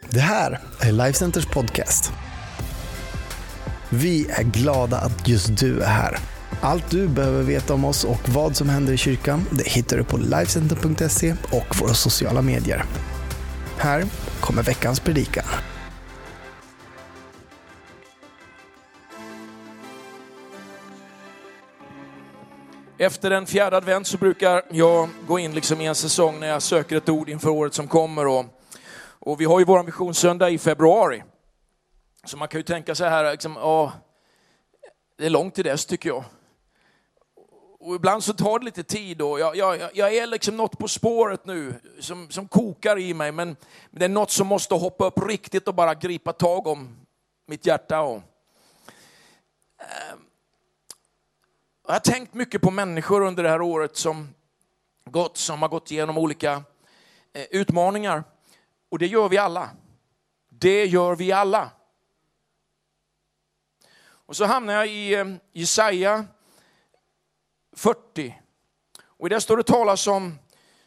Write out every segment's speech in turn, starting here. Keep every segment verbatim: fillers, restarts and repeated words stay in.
Det här är Lifecenters podcast. Vi är glada att just du är här. Allt du behöver veta om oss och vad som händer i kyrkan, det hittar du på lifecenter punkt se och våra sociala medier. Här kommer veckans predikan. Efter en fjärde advent så brukar jag gå in liksom i en säsong när jag söker ett ord inför året som kommer. Och, och vi har ju vår missionssöndag i februari. Så man kan ju tänka sig här, liksom, åh, det är långt till dess tycker jag. Och ibland så tar det lite tid och jag, jag, jag är liksom något på spåret nu som, som kokar i mig. Men det är något som måste hoppa upp riktigt och bara gripa tag om mitt hjärta. Och, eh, jag har tänkt mycket på människor under det här året som gått, som har gått igenom olika eh, utmaningar. Och det gör vi alla. Det gör vi alla. Och så hamnar jag i eh, Jesaja fyrtio. Och i det står det talas om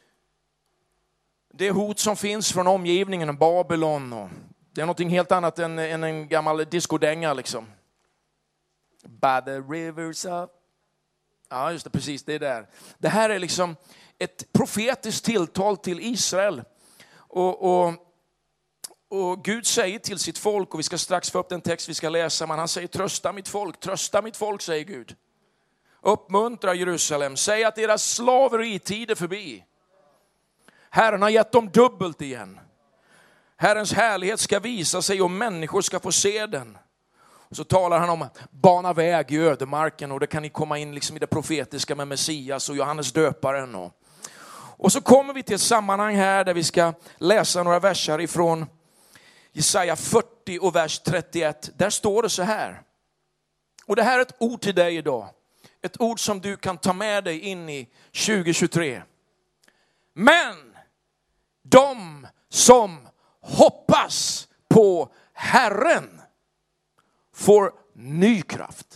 det hot som finns från omgivningen, om Babylon. Och det är någonting helt annat än, än en gammal diskodänga liksom. By the rivers of... Ja, just det, precis, det är där. Det här är liksom ett profetiskt tilltal till Israel. Och, och, och Gud säger till sitt folk, och vi ska strax få upp den text vi ska läsa, men han säger trösta mitt folk, trösta mitt folk, säger Gud. Uppmuntra Jerusalem, säg att deras slaveritid är förbi. Herren har gett dem dubbelt igen. Herrens härlighet ska visa sig och människor ska få se den. Och så talar han om att bana väg i ödemarken, och det kan ni komma in liksom i det profetiska med Messias och Johannes döparen. Och, och så kommer vi till ett sammanhang här där vi ska läsa några verser ifrån Jesaja fyrtio och vers trettioett. Där står det så här. Och det här är ett ord till dig idag. Ett ord som du kan ta med dig in i tjugo tjugotre. Men de som hoppas på Herren får ny kraft.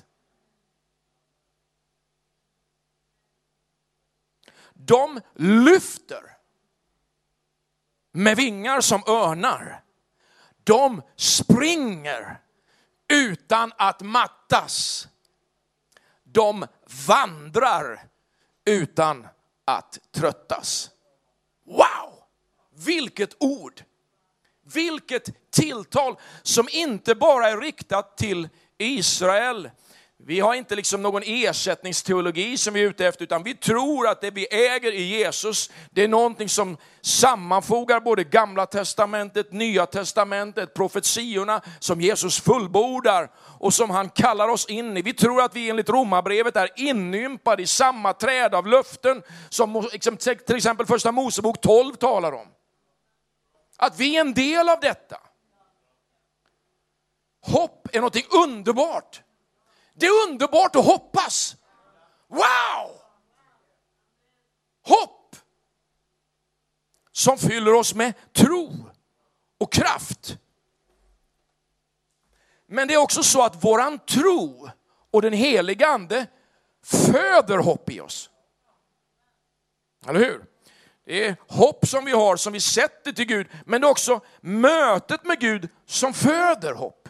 De lyfter med vingar som örnar. De springer utan att mattas. De vandrar utan att tröttas. Wow! Vilket ord! Vilket tilltal som inte bara är riktat till Israel. Vi har inte liksom någon ersättningsteologi som vi är ute efter, utan vi tror att det vi äger i Jesus, det är någonting som sammanfogar både Gamla testamentet, Nya testamentet, profetiorna som Jesus fullbordar och som han kallar oss in i. Vi tror att vi enligt Romarbrevet är inympade i samma träd av löften som till exempel första Mosebok tolv talar om. Att vi är en del av detta. Hopp är något underbart. Det är underbart att hoppas. Wow! Hopp som fyller oss med tro och kraft. Men det är också så att våran tro och den heliga ande föder hopp i oss. Eller hur? Det är hopp som vi har, som vi sätter till Gud. Men det är också mötet med Gud som föder hopp.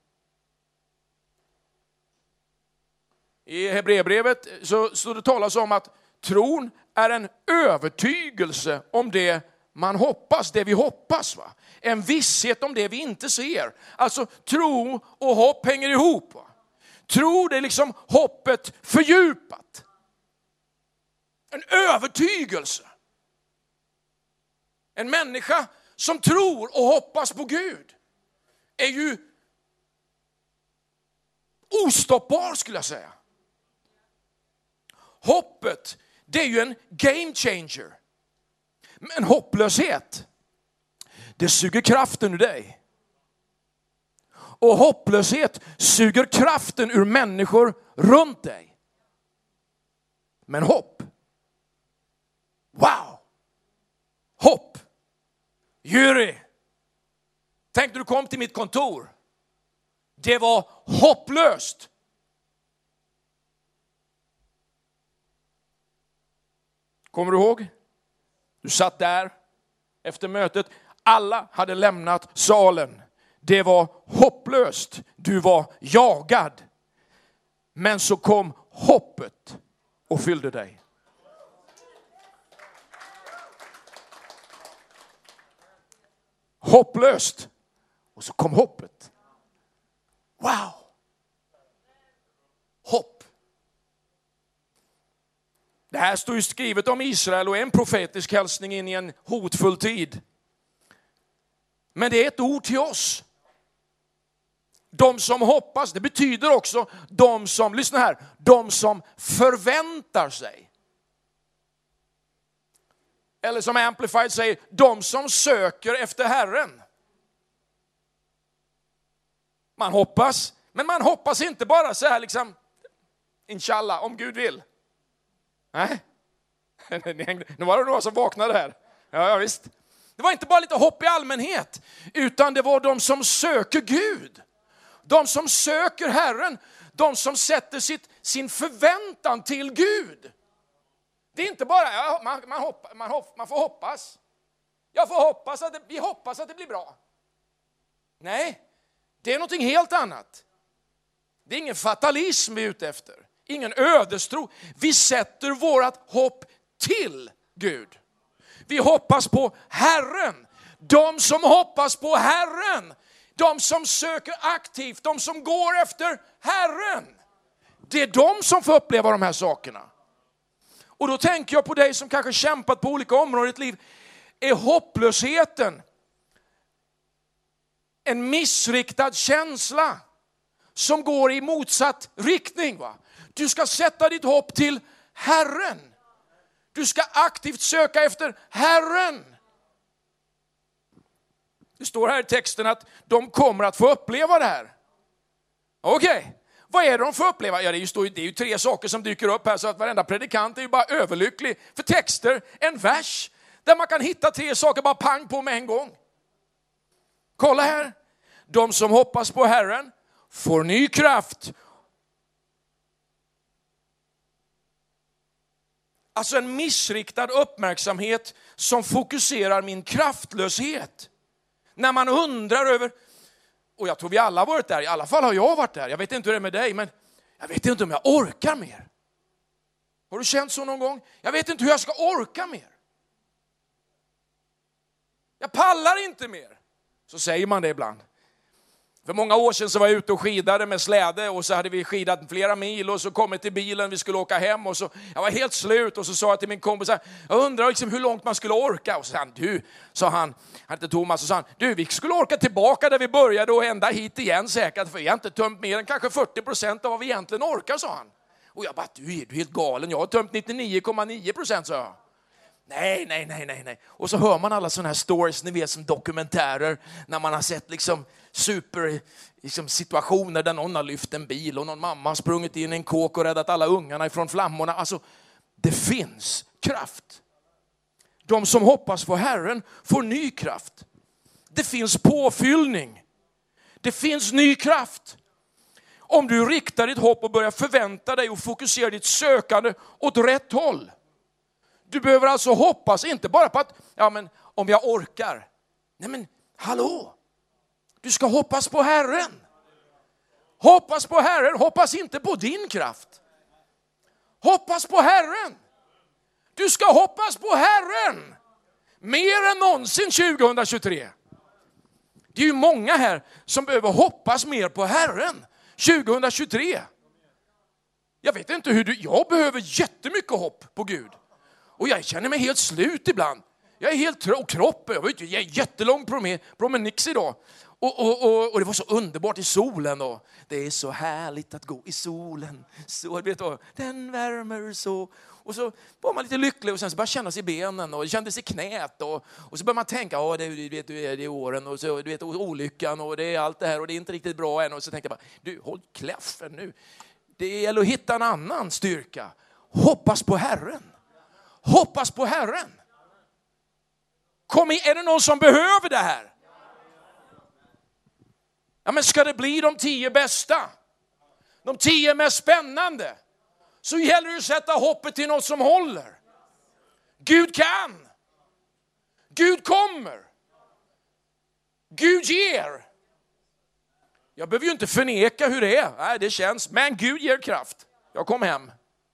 I Hebreerbrevet så, så det talas om att tron är en övertygelse om det man hoppas, det vi hoppas. Va? En visshet om det vi inte ser. Alltså tro och hopp hänger ihop. Va? Tro, det är liksom hoppet fördjupat. En övertygelse. En människa som tror och hoppas på Gud är ju ostoppbar, skulle jag säga. Hoppet, det är ju en game changer. Men hopplöshet, det suger kraften ur dig. Och hopplöshet suger kraften ur människor runt dig. Men hopp, wow! Hopp. Juri, tänk när du kom till mitt kontor. Det var hopplöst. Kommer du ihåg? Du satt där efter mötet. Alla hade lämnat salen. Det var hopplöst. Du var jagad. Men så kom hoppet och fyllde dig. Hopplöst. Och så kom hoppet. Wow. Hopp. Det här står ju skrivet om Israel och en profetisk hälsning in i en hotfull tid. Men det är ett ord till oss. De som hoppas, det betyder också de som, lyssna här, de som förväntar sig. Eller som Amplified säger, de som söker efter Herren. Man hoppas, men man hoppas inte bara så här liksom, inshallah, om Gud vill. Nej, nu var det några som vaknade här. Ja, ja, visst. Det var inte bara lite hopp i allmänhet, utan det var de som söker Gud. De som söker Herren, de som sätter sitt, sin förväntan till Gud. Det är inte bara, ja, man, man, hoppa, man, hopp, man får hoppas. Jag får hoppas att det, vi hoppas att det blir bra. Nej, det är någonting helt annat. Det är ingen fatalism vi är ute efter. Ingen ödestro. Vi sätter vårat hopp till Gud. Vi hoppas på Herren. De som hoppas på Herren. De som söker aktivt. De som går efter Herren. Det är de som får uppleva de här sakerna. Och då tänker jag på dig som kanske kämpat på olika områden i ditt liv. Är hopplösheten en missriktad känsla som går i motsatt riktning, va? Du ska sätta ditt hopp till Herren. Du ska aktivt söka efter Herren. Det står här i texten att de kommer att få uppleva det här. Okej, okay. Vad är det de får uppleva? Ja, det är, ju, det är ju tre saker som dyker upp här, så att varenda predikant är ju bara överlycklig för texter. En vers där man kan hitta tre saker bara pang på med en gång. Kolla här. De som hoppas på Herren får ny kraft. Alltså en missriktad uppmärksamhet som fokuserar min kraftlöshet. När man undrar över, och jag tror vi alla har varit där, i alla fall har jag varit där. Jag vet inte hur det är med dig, men jag vet inte om jag orkar mer. Har du känt så någon gång? Jag vet inte hur jag ska orka mer. Jag pallar inte mer. Så säger man det ibland. För många år sedan så var jag ute och skidade med släde och så hade vi skidat flera mil och så kom jag till bilen, vi skulle åka hem och så, jag var helt slut och så sa jag till min kompis, jag undrar liksom hur långt man skulle orka. Och så sa han, du, sa han, han hette Thomas, och sa han, du, vi skulle orka tillbaka där vi började och ända hit igen säkert, för vi har inte tömt mer än kanske fyrtio procent av vad vi egentligen orkar, sa han. Och jag bara, du är du helt galen, jag har tömt nittionio komma nio procent, sa jag. Nej, nej, nej, nej, nej. Och så hör man alla sådana här stories, ni vet, som dokumentärer, när man har sett liksom super liksom, situationer där någon har lyft en bil och någon mamma har sprungit in i en kåk och räddat alla ungarna ifrån flammorna. Alltså, det finns kraft. De som hoppas på Herren får ny kraft. Det finns påfyllning. Det finns ny kraft. Om du riktar ditt hopp och börjar förvänta dig och fokusera ditt sökande åt rätt håll. Du behöver alltså hoppas inte bara på att, ja men om jag orkar. Nej men, hallå. Du ska hoppas på Herren. Hoppas på Herren, hoppas inte på din kraft. Hoppas på Herren. Du ska hoppas på Herren. Mer än någonsin tjugohundratjugotre. Det är ju många här som behöver hoppas mer på Herren tjugohundratjugotre. Jag vet inte hur du, jag behöver jättemycket hopp på Gud. Och jag känner mig helt slut ibland. Jag är helt trött, kroppen, jag var ute, jag är jättelång promenix idag. Och, och, och, och det var så underbart i solen. Och det är så härligt att gå i solen. Så, vet du, den värmer så. Och så var man lite lycklig och sen så började kännas i benen och det kändes i knät. Och, och så började man tänka, ja det, vet, det är åren och så, du vet, olyckan och det är allt det här och det är inte riktigt bra än. Och så tänkte jag bara, du håll kläffen nu. Det gäller att hitta en annan styrka. Hoppas på Herren. Hoppas på Herren. Kom igen, är det någon som behöver det här? Ja, men ska det bli de tio bästa? De tio mest spännande? Så gäller det att sätta hoppet till något som håller. Gud kan. Gud kommer. Gud ger. Jag behöver ju inte förneka hur det är. Nej, det känns. Men Gud ger kraft. Jag kom hem.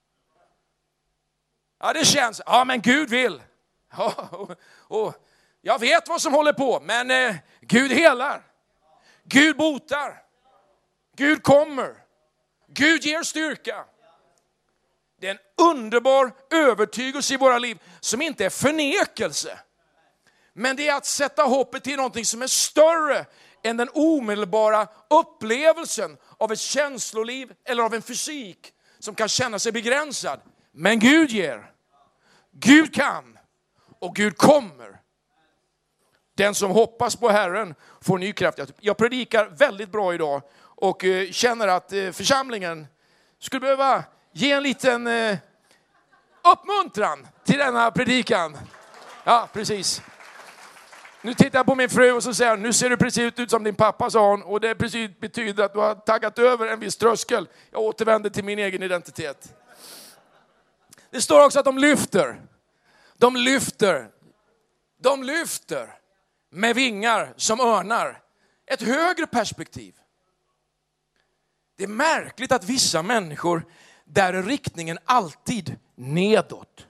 Ja, det känns. Ja, men Gud vill. Ja, och, och jag vet vad som håller på. Men eh, Gud helar. Gud botar. Gud kommer. Gud ger styrka. Det är en underbar övertygelse i våra liv som inte är förnekelse. Men det är att sätta hoppet till någonting som är större än den omedelbara upplevelsen av ett känsloliv eller av en fysik som kan känna sig begränsad. Men Gud ger. Gud kan. Och Gud kommer. Den som hoppas på Herren får ny kraft. Jag predikar väldigt bra idag och känner att församlingen skulle behöva ge en liten uppmuntran till denna predikan. Ja, precis. Nu tittar jag på min fru och så säger jag, nu ser du precis ut som din pappa, sa hon. Och det precis betyder att du har taggat över en viss tröskel. Jag återvänder till min egen identitet. Det står också att de lyfter. De lyfter. De lyfter med vingar som örnar. Ett högre perspektiv. Det är märkligt att vissa människor, där är riktningen alltid nedåt.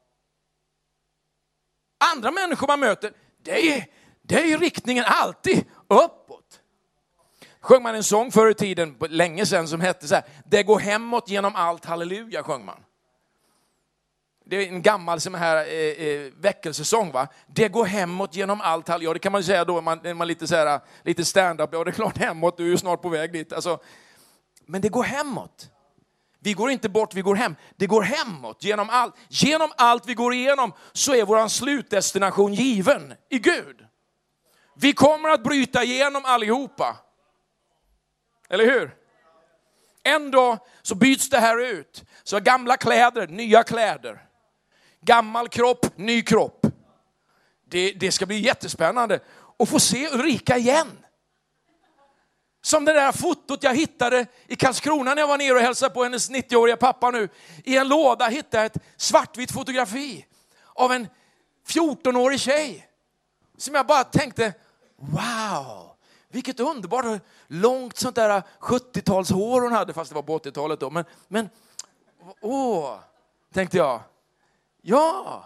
Andra människor man möter, det är, det är riktningen alltid uppåt. Sjöng man en sång förr i tiden, länge sedan, som hette så här: det går hemåt genom allt, halleluja, sjöng man. Det är en gammal som här eh, eh, väckelsesång, va? Det går hemåt genom allt, halleluja. Ja, det kan man ju säga då, man är man lite så här, lite stand-up. Ja, det är klart hemåt, du är ju snart på väg dit. Alltså, men det går hemåt. Vi går inte bort, vi går hem. Det går hemåt genom allt. Genom allt vi går igenom så är vår slutdestination given i Gud. Vi kommer att bryta igenom allihopa. Eller hur? En dag så byts det här ut. Så gamla kläder, nya kläder. Gammal kropp, ny kropp. Det, det ska bli jättespännande att få se Ulrika igen. Som det där fotot jag hittade i Karlskrona när jag var nere och hälsade på hennes nittioåriga pappa nu. I en låda hittade jag ett svartvitt fotografi av en fjortonårig tjej. Som jag bara tänkte, wow, vilket underbart långt sånt där sjuttiotalshår hon hade, fast det var på åttiotalet då. Men, men åh, tänkte jag, ja,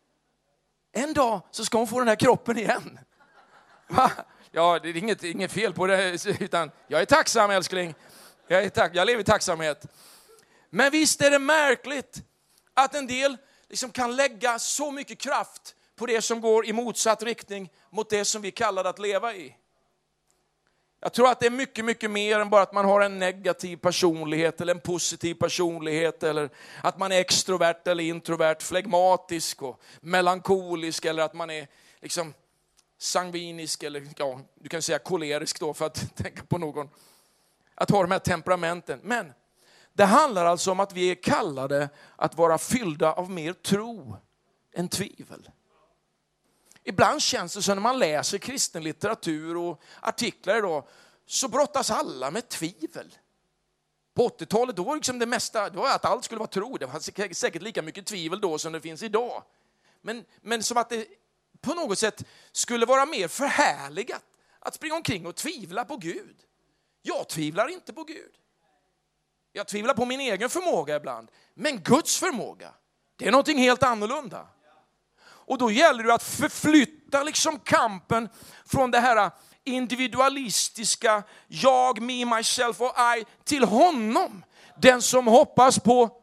en dag så ska hon få den här kroppen igen. Va? Ja, det är inget, inget fel på det, utan jag är tacksam, älskling. Jag, är tack, jag lever i tacksamhet. Men visst är det märkligt att en del liksom kan lägga så mycket kraft på det som går i motsatt riktning mot det som vi kallar att leva i. Jag tror att det är mycket, mycket mer än bara att man har en negativ personlighet eller en positiv personlighet, eller att man är extrovert eller introvert, flegmatisk och melankolisk, eller att man är liksom sangvinisk, eller ja, du kan säga kolerisk då för att tänka på någon. Att ha de här temperamenten. Men det handlar alltså om att vi är kallade att vara fyllda av mer tro än tvivel. Ibland känns det som när man läser kristen litteratur och artiklar idag, så brottas alla med tvivel. På åttiotalet då var liksom det mesta, det var att allt skulle vara tro. Det var säkert lika mycket tvivel då som det finns idag. Men, men som att det på något sätt skulle vara mer förhärligat att springa omkring och tvivla på Gud. Jag tvivlar inte på Gud. Jag tvivlar på min egen förmåga ibland. Men Guds förmåga, det är någonting helt annorlunda. Och då gäller det att förflytta liksom kampen från det här individualistiska jag, me, myself och I till honom. Den som hoppas på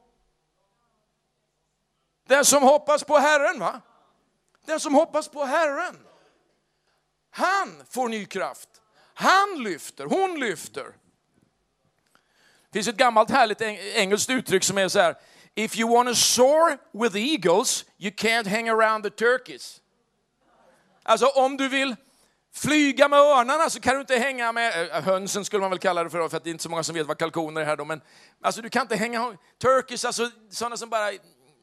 den som hoppas på Herren, va? Den som hoppas på Herren. Han får ny kraft. Han lyfter, hon lyfter. Det finns ett gammalt härligt engelskt uttryck som är så här: if you want to soar with eagles, you can't hang around the turkeys. Alltså om du vill flyga med örnarna så kan du inte hänga med hönsen, skulle man väl kalla det för, för att det är inte så många som vet vad kalkoner är här då, men alltså du kan inte hänga turkeys, alltså sådana som bara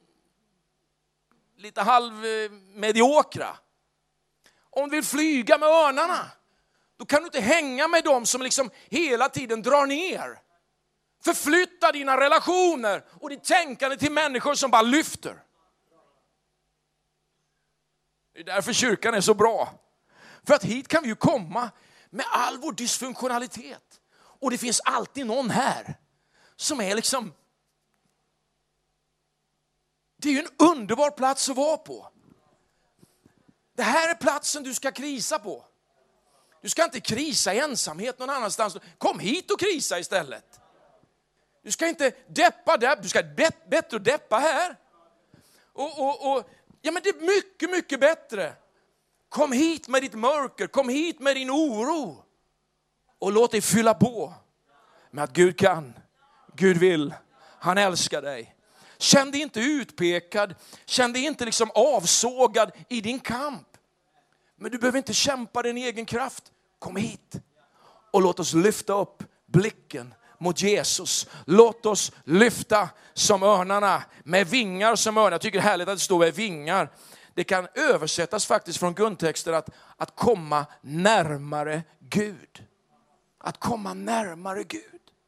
lite halvmediokra. Om du vill flyga med örnarna, då kan du inte hänga med dem som liksom hela tiden drar ner. Förflytta dina relationer och ditt tänkande till människor som bara lyfter. Det är därför kyrkan är så bra. För att hit kan vi ju komma med all vår dysfunktionalitet. Och det finns alltid någon här som är liksom... Det är ju en underbar plats att vara på. Det här är platsen du ska krisa på. Du ska inte krisa i ensamhet någon annanstans. Kom hit och krisa istället. Du ska inte deppa där. Du ska bet- bättre att deppa här. Och, och, och, ja, men det är mycket, mycket bättre. Kom hit med ditt mörker. Kom hit med din oro. Och låt dig fylla på med att Gud kan. Gud vill. Han älskar dig. Känn dig inte utpekad. Känn dig inte liksom avsågad i din kamp. Men du behöver inte kämpa din egen kraft. Kom hit. Och låt oss lyfta upp blicken mot Jesus. Låt oss lyfta som örnarna. Med vingar som örnar. Jag tycker det är härligt att det står med vingar. Det kan översättas faktiskt från grundtexter att, att komma närmare Gud. Att komma närmare Gud.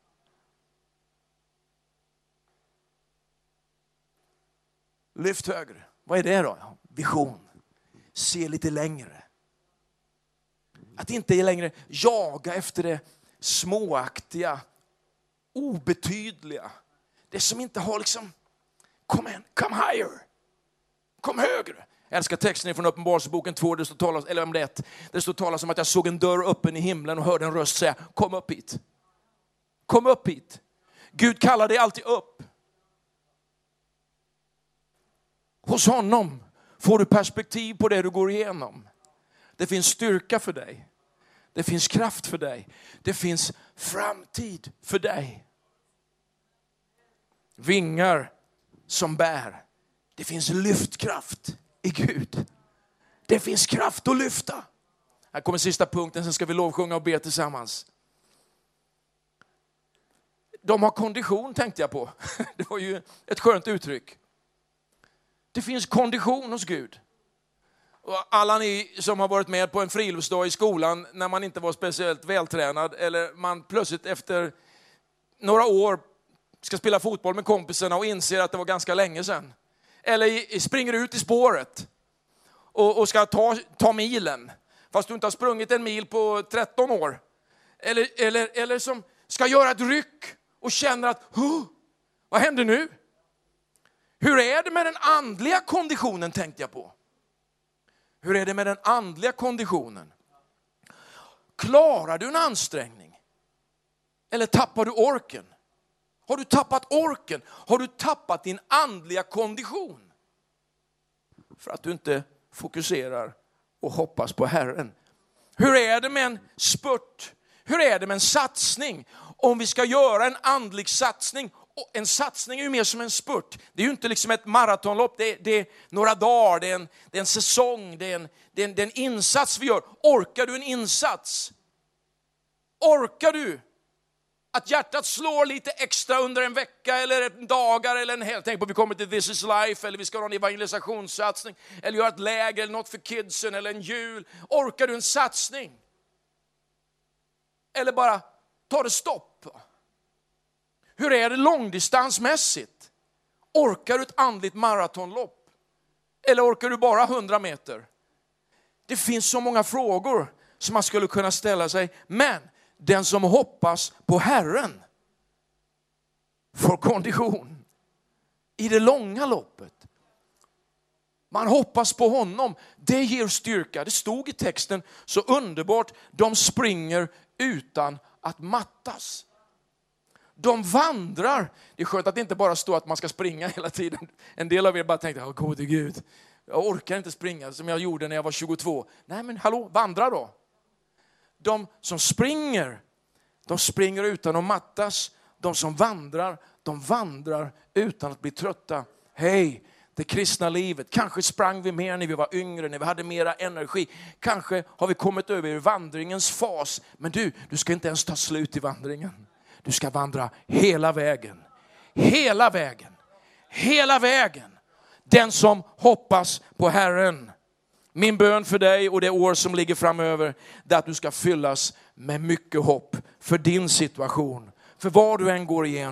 Lyft högre. Vad är det då? Vision. Se lite längre. Att inte längre jaga efter det småaktiga, obetydliga. Det som inte har liksom, kom igen, come higher. Kom högre. Jag älskar texten från Uppenbarelseboken två, det står talas, eller om det ett, det står talas om att jag såg en dörr öppen i himlen och hörde en röst säga, kom upp hit. Kom upp hit. Gud kallar dig alltid upp. Hos honom får du perspektiv på det du går igenom. Det finns styrka för dig. Det finns kraft för dig. Det finns framtid för dig. Vingar som bär. Det finns lyftkraft i Gud. Det finns kraft att lyfta. Här kommer sista punkten, sen ska vi lovsjunga och be tillsammans. De har kondition, tänkte jag på. Det var ju ett skönt uttryck. Det finns kondition hos Gud. Och alla ni som har varit med på en friluftsdag i skolan när man inte var speciellt vältränad eller man plötsligt efter några år ska spela fotboll med kompisarna och inser att det var ganska länge sedan. Eller springer ut i spåret och, och ska ta, ta milen fast du inte har sprungit en mil på tretton år. Eller, eller, eller som ska göra ett ryck och känner att huh, vad händer nu? Hur är det med den andliga konditionen, tänkte jag på. Hur är det med den andliga konditionen? Klarar du en ansträngning? Eller tappar du orken? Har du tappat orken? Har du tappat din andliga kondition? För att du inte fokuserar och hoppas på Herren. Hur är det med en spurt? Hur är det med en satsning? Om vi ska göra en andlig satsning. En satsning är ju mer som en spurt. Det är ju inte liksom ett maratonlopp. Det är, det är några dagar, det är, en, det är en säsong, det är en, det, är en, det är en insats vi gör. Orkar du en insats? Orkar du att hjärtat slår lite extra under en vecka eller dagar eller en hel? Tänk på att vi kommer till This is Life eller vi ska ha en evangelisationssatsning eller göra ett läger eller något för kidsen eller en jul. Orkar du en satsning? Eller bara tar det stopp? Hur är det långdistansmässigt? Orkar du ett andligt maratonlopp? Eller orkar du bara hundra meter? Det finns så många frågor som man skulle kunna ställa sig. Men den som hoppas på Herren får kondition i det långa loppet. Man hoppas på honom. Det ger styrka. Det stod i texten så underbart. De springer utan att mattas. De vandrar. Det är skönt att det inte bara står att man ska springa hela tiden. En del av er bara tänkte, åh gode Gud, jag orkar inte springa som jag gjorde när jag var tjugotvå. Nej men hallå, vandra då. De som springer, de springer utan att mattas. De som vandrar, de vandrar utan att bli trötta. Hej, det kristna livet. Kanske sprang vi mer när vi var yngre, när vi hade mera energi. Kanske har vi kommit över i vandringens fas. Men du, du ska inte ens ta slut i vandringen. Du ska vandra hela vägen. Hela vägen. Hela vägen. Den som hoppas på Herren. Min bön för dig och det år som ligger framöver är att du ska fyllas med mycket hopp för din situation. För vad du än går igenom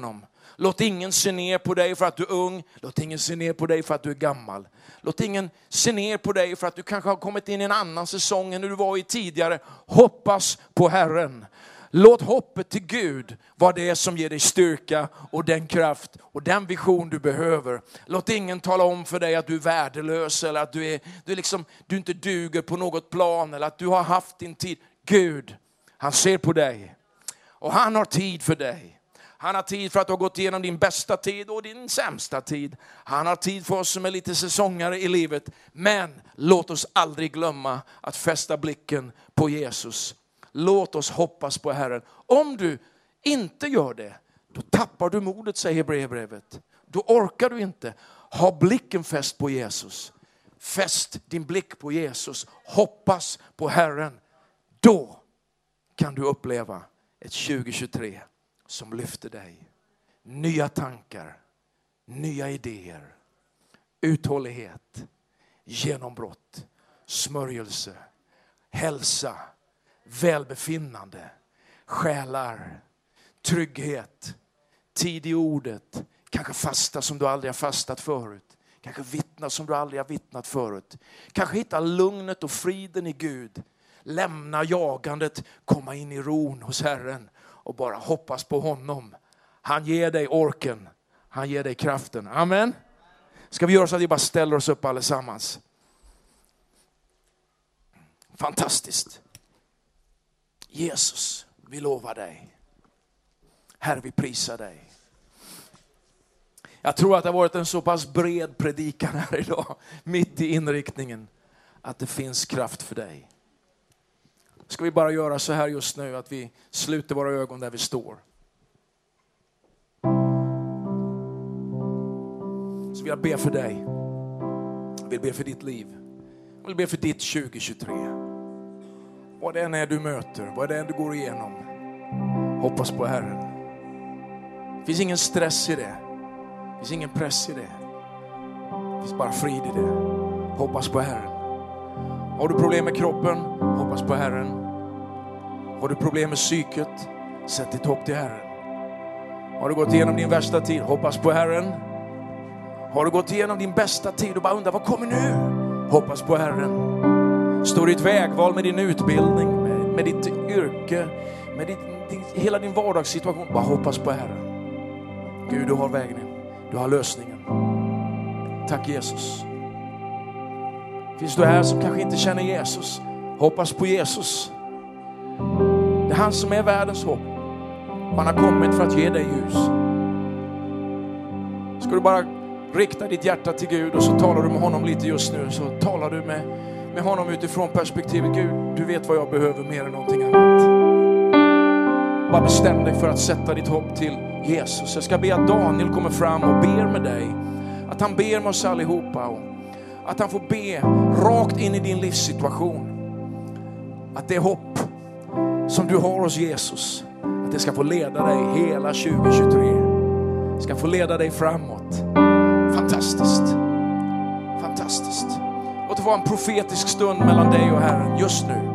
Låt ingen se ner på dig för att du är ung. Låt ingen se ner på dig för att du är gammal. Låt ingen se ner på dig för att du kanske har kommit in i en annan säsong än du var i tidigare. Hoppas på Herren. Låt hoppet till Gud vara det som ger dig styrka och den kraft och den vision du behöver. Låt ingen tala om för dig att du är värdelös eller att du, är, du, är liksom, du inte duger på något plan eller att du har haft din tid. Gud, han ser på dig och han har tid för dig. Han har tid för att du har gått igenom din bästa tid och din sämsta tid. Han har tid för oss som är lite säsongare i livet. Men låt oss aldrig glömma att fästa blicken på Jesus. Låt oss hoppas på Herren. Om du inte gör det, då tappar du modet, säger Hebreerbrevet. Då orkar du inte. Ha blicken fäst på Jesus. Fäst din blick på Jesus. Hoppas på Herren. Då kan du uppleva ett tjugo tjugotre som lyfter dig. Nya tankar, nya idéer, uthållighet, genombrott, smörjelse, hälsa, välbefinnande, själar, trygghet, tid i ordet, kanske fasta som du aldrig har fastat förut, kanske vittna som du aldrig har vittnat förut, kanske hitta lugnet och friden i Gud, lämna jagandet, komma in i ron hos Herren och bara hoppas på honom. Han ger dig orken, han ger dig kraften. Amen. Ska vi göra så att vi bara ställer oss upp allesammans? Fantastiskt. Jesus, vi lovar dig. Herre, vi prisar dig. Jag tror att det har varit en så pass bred predikan här idag, mitt i inriktningen, att det finns kraft för dig. Ska vi bara göra så här just nu, att vi sluter våra ögon där vi står. Så vill jag be för dig. Jag vill be för ditt liv. Jag vill be för ditt tjugo tjugotre. Vad det än är du möter, vad det än du går igenom. Hoppas på Herren. Det finns ingen stress i det. Det finns ingen press i det. Det finns bara frid i det. Hoppas på Herren. Har du problem med kroppen? Hoppas på Herren. Har du problem med psyket? Sätt ditt hopp till Herren. Har du gått igenom din värsta tid? Hoppas på Herren. Har du gått igenom din bästa tid och bara undrar vad kommer nu? Hoppas på Herren. Står i ett vägval med din utbildning, med, med ditt yrke, med ditt, din, hela din vardagssituation. Bara hoppas på Herren. Gud, du har vägen. Du har lösningen. Tack Jesus. Finns du här som kanske inte känner Jesus? Hoppas på Jesus. Det är han som är världens hopp. Han har kommit för att ge dig ljus. Ska du bara rikta ditt hjärta till Gud och så talar du med honom lite just nu. Så talar du med, med honom utifrån perspektivet. Gud, du vet vad jag behöver mer än någonting annat. Bara bestäm dig för att sätta ditt hopp till Jesus. Jag ska be att Daniel kommer fram och ber med dig. Att han ber med oss allihopa. Och att han får be rakt in i din livssituation. Att det hopp som du har hos Jesus, att det ska få leda dig hela tjugo tjugotre. Ska få leda dig framåt. Fantastiskt. Fantastiskt. Låt det vara en profetisk stund mellan dig och Herren just nu.